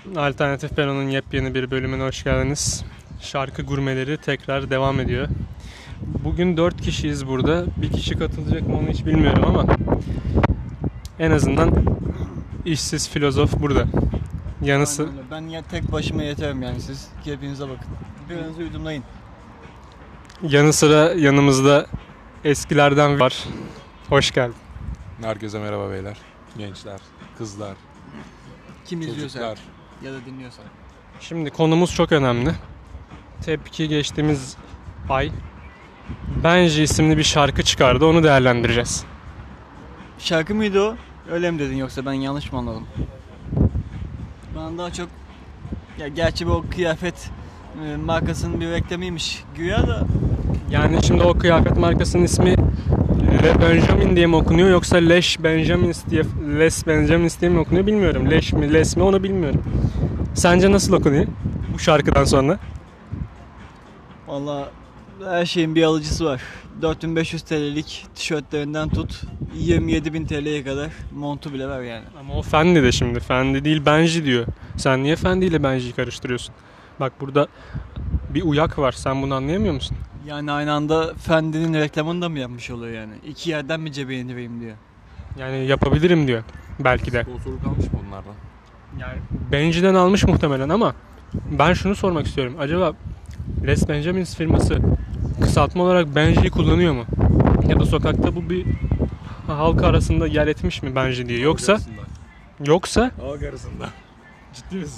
Alternatif Pero'nun yepyeni bir bölümüne hoş geldiniz. Şarkı gurmeleri tekrar devam ediyor. Bugün 4 kişiyiz burada. Bir kişi katılacak mı onu hiç bilmiyorum ama en azından işsiz filozof burada. Yanısı Aynen öyle. Ben ya tek başıma yeterim yani, siz hepinize bakın. Birbirinizi yudumlayın. yanı sıra yanımızda eskilerden var. Hoş geldin. Herkese merhaba beyler, gençler, kızlar, Kim izliyorsa çocuklar. ya da dinliyorsa. Şimdi konumuz çok önemli. Tepki geçtiğimiz ay Benji isimli bir şarkı çıkardı. Onu değerlendireceğiz. Şarkı mıydı o? Öyle mi dedin yoksa ben yanlış mı anladım? Ben daha çok ya gerçi bu kıyafet markasının bir reklamıymış güya da. Yani şimdi o kıyafet markasının ismi Le Benjamin diye mi okunuyor yoksa Les Benjamins diye mi okunuyor bilmiyorum. Leş mi Les mi onu bilmiyorum. Sence nasıl okunuyor bu şarkıdan sonra? Valla her şeyin bir alıcısı var. 4500 TL'lik tişörtlerinden tut 27.000 TL'ye kadar montu bile var yani. Ama o Fendi de şimdi. Fendi değil Benji diyor. Sen niye Fendi ile Benji'yi karıştırıyorsun? Bak burada bir uyak var. Sen bunu anlayamıyor musun? Yani aynı anda Fendi'nin reklamını da mı yapmış oluyor yani? İki yerden mi cebe indireyim diyor. Yani yapabilirim diyor. Belki de. Sponsorluk almış mı onlardan? Yani Benji'den almış muhtemelen ama ben şunu sormak istiyorum. Acaba Les Benjamins firması kısaltma olarak Benji'yi kullanıyor mu? Ya da sokakta bu bir halk arasında yer etmiş mi Benji diye? Yoksa Halk arasında. Ciddi misin?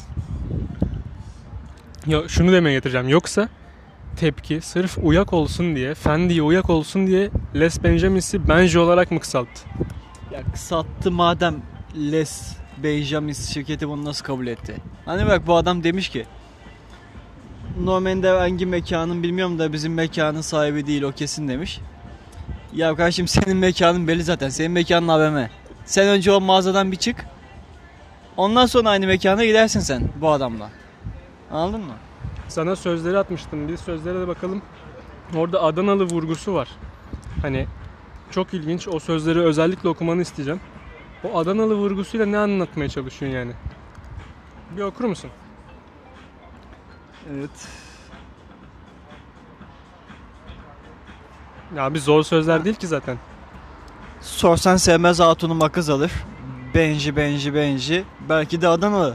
ya şunu demeye getireceğim. Yoksa tepki sırf uyak olsun diye, Fendi'ye uyak olsun diye Les Benjamins'i Benji olarak mı kısalttı? Ya kısalttı madem, Les Benjamins şirketi bunu nasıl kabul etti? Hani bak, bu adam demiş ki normalde hangi mekanın bilmiyorum da bizim mekanın sahibi değil o kesin demiş. Ya kardeşim, senin mekanın belli zaten. Senin mekanın AVM. Sen önce o mağazadan bir çık. Ondan sonra aynı mekana gidersin sen bu adamla. Anladın mı? Sana sözleri atmıştım. Bir sözlere de bakalım. Orada Adanalı vurgusu var. Hani çok ilginç. O sözleri özellikle okumanı isteyeceğim. O Adanalı vurgusuyla ne anlatmaya çalışıyorsun yani? Bir okur musun? Evet. Ya bir zor sözler değil ki zaten. Sorsan sevmez hatunuma kız alır. Benji Benji Benji. Belki de Adanalı.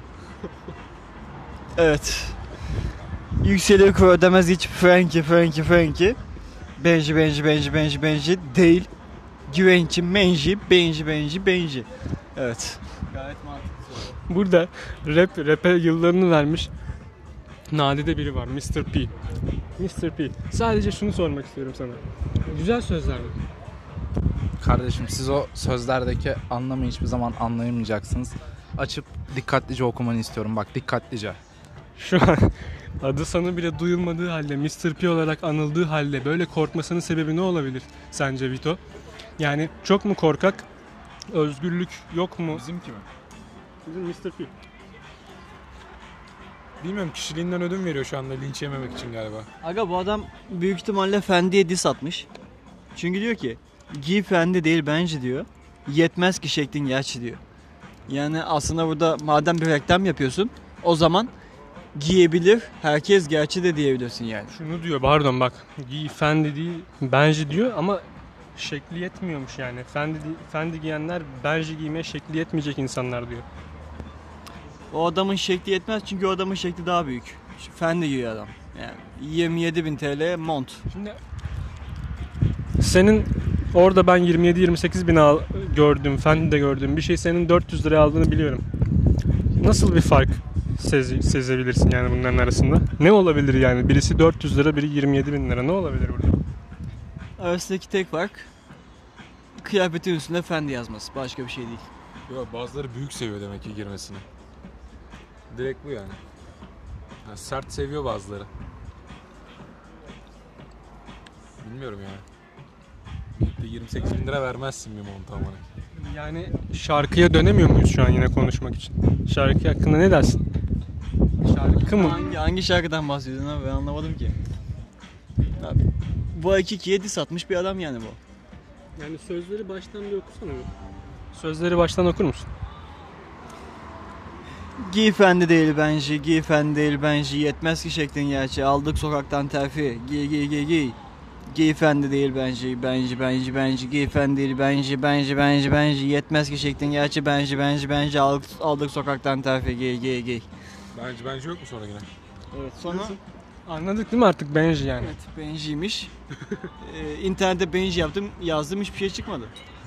Evet. Yükselir kur ödemez hiç Frankie. Benji Benji Benji Benji Benji değil. Güvenci Menji Benji. Evet. Gayet mantıklı. Burada rap'e yıllarını vermiş nadide biri var. Mr. P. Mr. P. Sadece şunu sormak istiyorum sana. Güzel sözler mi? Kardeşim, siz o sözlerdeki anlamı hiçbir zaman anlayamayacaksınız. Açıp dikkatlice okumanı istiyorum. Bak, dikkatlice. Şu an adı sanı bile duyulmadığı halde, Mr. P olarak anıldığı halde böyle korkmasının sebebi ne olabilir sence Vito? Yani çok mu korkak? Özgürlük yok mu? Bizimki mi? Bizim Mr. P. Bilmiyorum, kişiliğinden ödün veriyor şu anda linç yememek için galiba. Aga, bu adam büyük ihtimalle Fendi'ye diss atmış. Çünkü diyor ki giy Fendi değil Benji diyor. Yetmez ki şeklin gerçi diyor. Yani aslında burada madem bir reklam yapıyorsun, o zaman giyebilir herkes gerçi de diyebilirsin yani. Şunu diyor, pardon bak, Fendi değil Benji diyor ama şekli yetmiyormuş yani. Fendi giyenler Benji giymeye şekli yetmeyecek insanlar diyor. O adamın şekli yetmez çünkü o adamın şekli daha büyük. Fendi giyiyor adam. Yani 27.000 TL mont. Şimdi senin orada ben 27-28 bin gördüm, Fendi'de gördüğüm bir şey senin 400 liraya aldığını biliyorum. Nasıl bir fark sezebilirsin yani bunların arasında? Ne olabilir yani? Birisi 400 lira, biri 27 bin lira. Ne olabilir burada? Arasındaki tek fark kıyafetin üstünde Fendi yazması. Başka bir şey değil. Yok, bazıları büyük seviyor demek ki girmesini. Direkt bu yani. Yani sert seviyor bazıları. Bilmiyorum yani. Bir de 28 bin lira vermezsin bir monta amına. Yani şarkıya dönemiyor muyuz şu an yine konuşmak için? Şarkı hakkında ne dersin? Şarkı mı? Hangi şarkıdan bahsediyorsun abi, ben anlamadım ki. Abi, bu Akiki'ye diss atmış bir adam yani bu. Yani sözleri baştan bir okusana. Sözleri baştan okur musun? Giyfendi değil benji, giyfendi değil benji, yetmez ki şeklin gerçi, aldık sokaktan terfi, giy. Giyfendi değil benji, giyfendi değil benji, yetmez ki şeklin gerçi, benji, aldık sokaktan terfi, giy. Bence yok mu sonra yine? Evet, sonra Anladık değil mi artık Benji yani? evet, benjiymiş. İnternette benji yazdım, hiçbir şey çıkmadı.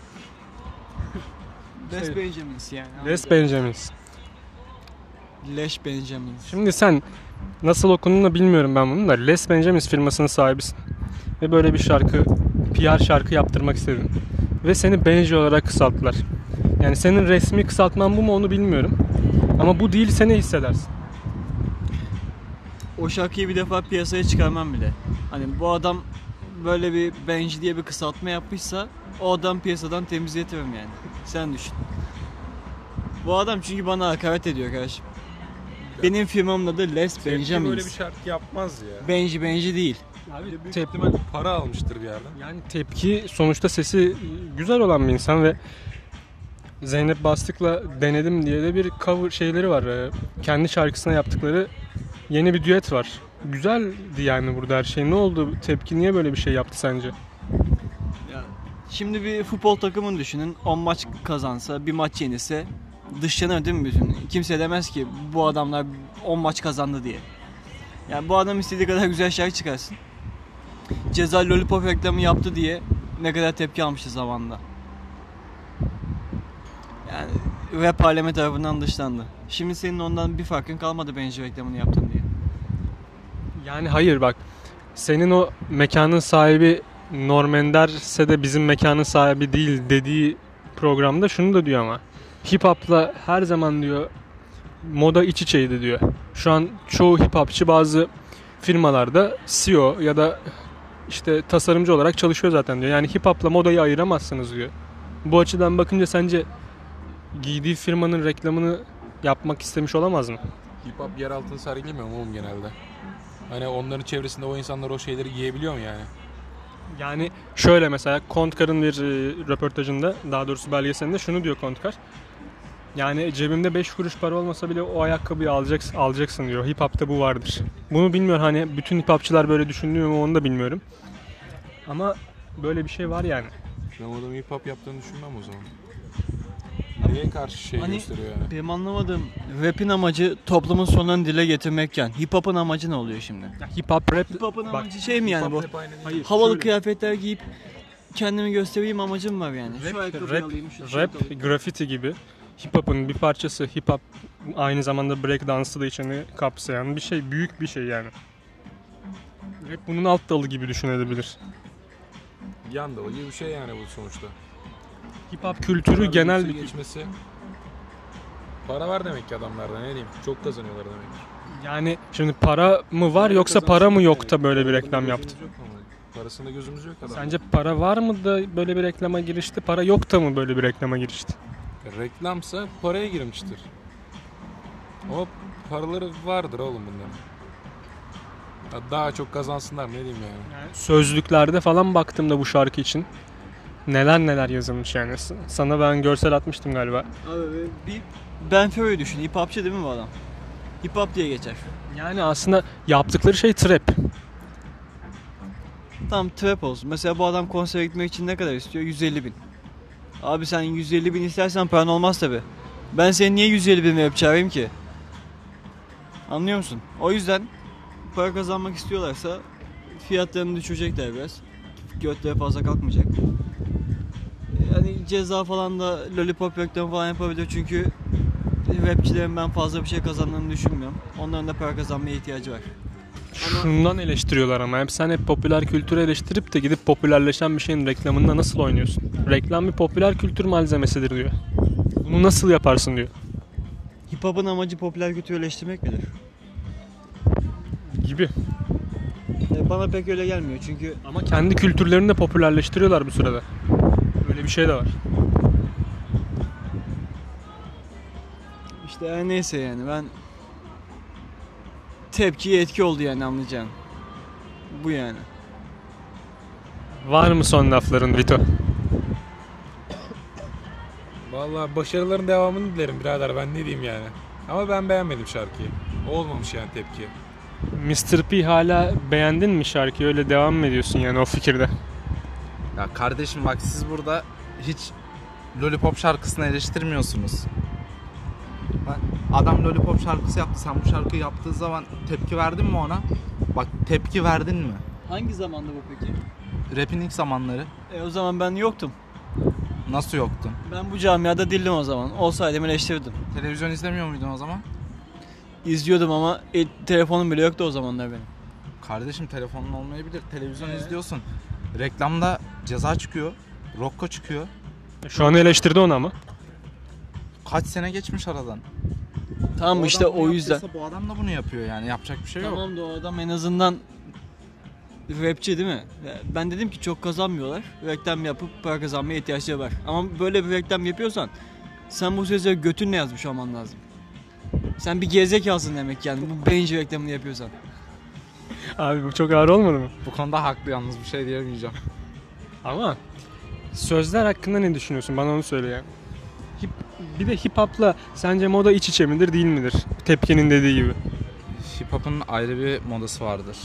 Best Benjamins yani. Les Benjamins. Leş Benjamins. Şimdi sen nasıl okunduğunu da bilmiyorum ben bunu da Les Benjamins firmasının sahibisin. Ve böyle bir PR şarkı yaptırmak istedin. Ve seni Benji olarak kısalttılar. Yani senin resmi kısaltman bu mu onu bilmiyorum. Ama bu değil, ne hissedersin? O şarkıyı bir defa piyasaya çıkarmam bile. Hani bu adam böyle bir Benji diye bir kısaltma yapmışsa o adam piyasadan temizletirim yani. Sen düşün. Bu adam çünkü bana hakaret ediyor kardeşim. Benim firmamın adı Les Tepki böyle bir Benjamins. şarkı yapmaz ya. Benji değil. Abi İhtimal para almıştır bir yerden. yani Tepki sonuçta sesi güzel olan bir insan ve Zeynep Bastık'la denedim diye de bir cover şeyleri var. Kendi şarkısına yaptıkları yeni bir düet var. Güzeldi yani burada her şey. Ne oldu? Tepki niye böyle bir şey yaptı sence? Ya, şimdi bir futbol takımını düşünün. 10 maç kazansa, bir maç yenilse dışlanır değil mi bütün? Kimse demez ki bu adamlar 10 maç kazandı diye. Yani bu adam istediği kadar güzel şarkı çıkarsın. Ceza Lollipop reklamı yaptı diye ne kadar tepki almıştı zamanında. Yani rap alemi tarafından dışlandı. Şimdi senin ondan bir farkın kalmadı Benji reklamını yaptın diye. Yani hayır bak. Senin o mekanın sahibi Norm Ender'se de bizim mekanın sahibi değil dediği programda şunu da diyor ama. Hip hop'la her zaman diyor moda iç içeydi diyor. Şu an çoğu hip hopçı bazı firmalarda CEO ya da işte tasarımcı olarak çalışıyor zaten diyor. Yani hip hop'la modayı ayıramazsınız diyor. Bu açıdan bakınca sence giydiği firmanın reklamını yapmak istemiş olamaz mı? Hip hop yer altını sergilemiyor mu oğlum genelde? Hani onların çevresinde o insanlar o şeyleri giyebiliyor mu yani? Yani şöyle mesela Kontkar'ın bir röportajında, daha doğrusu belgeselinde şunu diyor Kontkar. Yani cebimde 5 kuruş para olmasa bile o ayakkabıyı alacaksın diyor. Hip hop'ta bu vardır. Bunu bilmiyorum, hani bütün hip hopçılar böyle düşünüyor mu onu da bilmiyorum. Ama böyle bir şey var yani. Ben o adamın hip hop yaptığını düşünmem o zaman. Neye karşı şey Hani gösteriyor yani? benim anlamadığım, rap'in amacı toplumun sorunlarını dile getirmekken hip hop'un amacı ne oluyor şimdi? Ya hip hop rap Hip hop'un bak, amacı şey mi yani bu? hayır, Havalı şöyle. kıyafetler giyip kendimi göstereyim amacım var yani. Şu ayakkabıyı alayım, şu tişörtü Rap, alayım. graffiti gibi hip hop'un bir parçası. Hip hop aynı zamanda break dansı da içine kapsayan bir şey, büyük bir şey yani. Rap bunun alt dalı gibi düşünebilir. Yan dalı gibi bir şey yani bu sonuçta. Hip hop kültürü genel bir geçmesi. Para var demek ki adamlarda, ne diyeyim. Çok kazanıyorlar demek. yani şimdi para mı var yoksa para mı yok da böyle bir reklam yaptı? Parasında gözümüz yok adam. Sence para var mı da böyle bir reklama girişti? Para yok da mı böyle bir reklama girişti? Reklamsa paraya girmiştir. O paraları vardır oğlum bunların. Ya daha çok kazansınlar, ne diyeyim yani. Sözlüklerde falan baktığımda bu şarkı için neler yazılmış yani. Sana ben görsel atmıştım galiba. Abi bir Ben Fero'yu düşün. Hip hopçı değil mi bu adam? Hip hop diye geçer. Yani aslında yaptıkları şey trap. Tam trap olsun. Mesela bu adam konsere gitmek için ne kadar istiyor? 150.000. Abi sen 150.000 istersen paran olmaz tabi. Ben seni niye 150.000 verip çağırayım ki? Anlıyor musun? O yüzden para kazanmak istiyorlarsa fiyatlarını düşürecekler biraz. Götleri fazla kalkmayacak. Yani Ceza falan da Lollipop reklamı falan yapabilir çünkü rapçilerin ben fazla bir şey kazandığını düşünmüyorum. Onların da para kazanmaya ihtiyacı var. Şundan eleştiriyorlar ama sen hep popüler kültürü eleştirip de gidip popülerleşen bir şeyin reklamında nasıl oynuyorsun? Reklam bir popüler kültür malzemesidir diyor. Bunu nasıl yaparsın diyor. Hip hop'un amacı popüler kültürü eleştirmek midir? Gibi. Bana pek öyle gelmiyor çünkü Ama kendi kültürlerini de popülerleştiriyorlar bu sırada. Öyle bir şey de var. işte her neyse yani ben tepkiye etki oldu yani anlayacağın. Bu yani. Var mı son lafların Vito? Vallahi başarıların devamını dilerim birader, ben ne diyeyim yani. Ama ben beğenmedim şarkıyı. Olmamış yani tepki. Mr. P hala beğendin mi şarkıyı? Öyle devam mı ediyorsun yani o fikirde? Ya kardeşim bak siz burada hiç Lollipop şarkısını eleştirmiyorsunuz. Adam Lollipop şarkısı yaptı. Sen bu şarkıyı yaptığı zaman tepki verdin mi ona? Bak tepki verdin mi? Hangi zamanda bu peki? Rap'in ilk zamanları O zaman ben yoktum. nasıl yoktun? Ben bu camiada değildim o zaman. Olsaydım eleştirirdim. Televizyon izlemiyor muydun o zaman? İzliyordum ama telefonum bile yoktu o zamanlar benim. Kardeşim telefonun olmayabilir. Televizyon izliyorsun. Reklamda Ceza çıkıyor. Rocco çıkıyor. Şu an eleştirdi onu ama. Kaç sene geçmiş aradan. Tamam O işte adam bunu o yüzden. yaptıysa bu adam da bunu yapıyor yani. Yapacak bir şey yok. Tamam da o adam en azından rapçi değil mi? Ben dedim ki çok kazanmıyorlar. Reklam yapıp para kazanmaya ihtiyaçları var. Ama böyle bir reklam yapıyorsan sen bu sözleri götünle yazmış olman lazım. Sen bir gerizekalırsın demek yani bu bencil reklamını yapıyorsan. Abi bu çok ağır olmadı mı? Bu konuda haklı yalnız bir şey diyemeyeceğim. Ama sözler hakkında ne düşünüyorsun? Bana onu söyle yani. Bir de hip hop'la sence moda iç içe midir değil midir? Tepkinin dediği gibi. Hip hop'un ayrı bir modası vardır.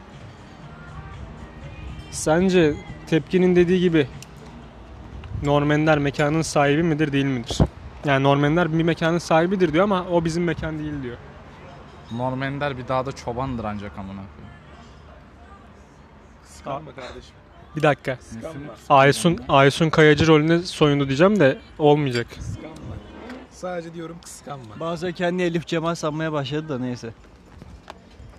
Sence Tepki'nin dediği gibi Norm Ender mekanın sahibi midir değil midir? Yani Norm Ender bir mekanın sahibidir diyor ama o bizim mekan değil diyor. Norm Ender bir dağda çobandır ancak amına koyayım. Kıskanma kardeşim. Bir dakika. Kıskanma. Aysun Kayacı rolüne soyundu diyeceğim de olmayacak. Kıskanma. Sadece diyorum kıskanma. Bazen kendi Elif Cemal sanmaya başladı da neyse.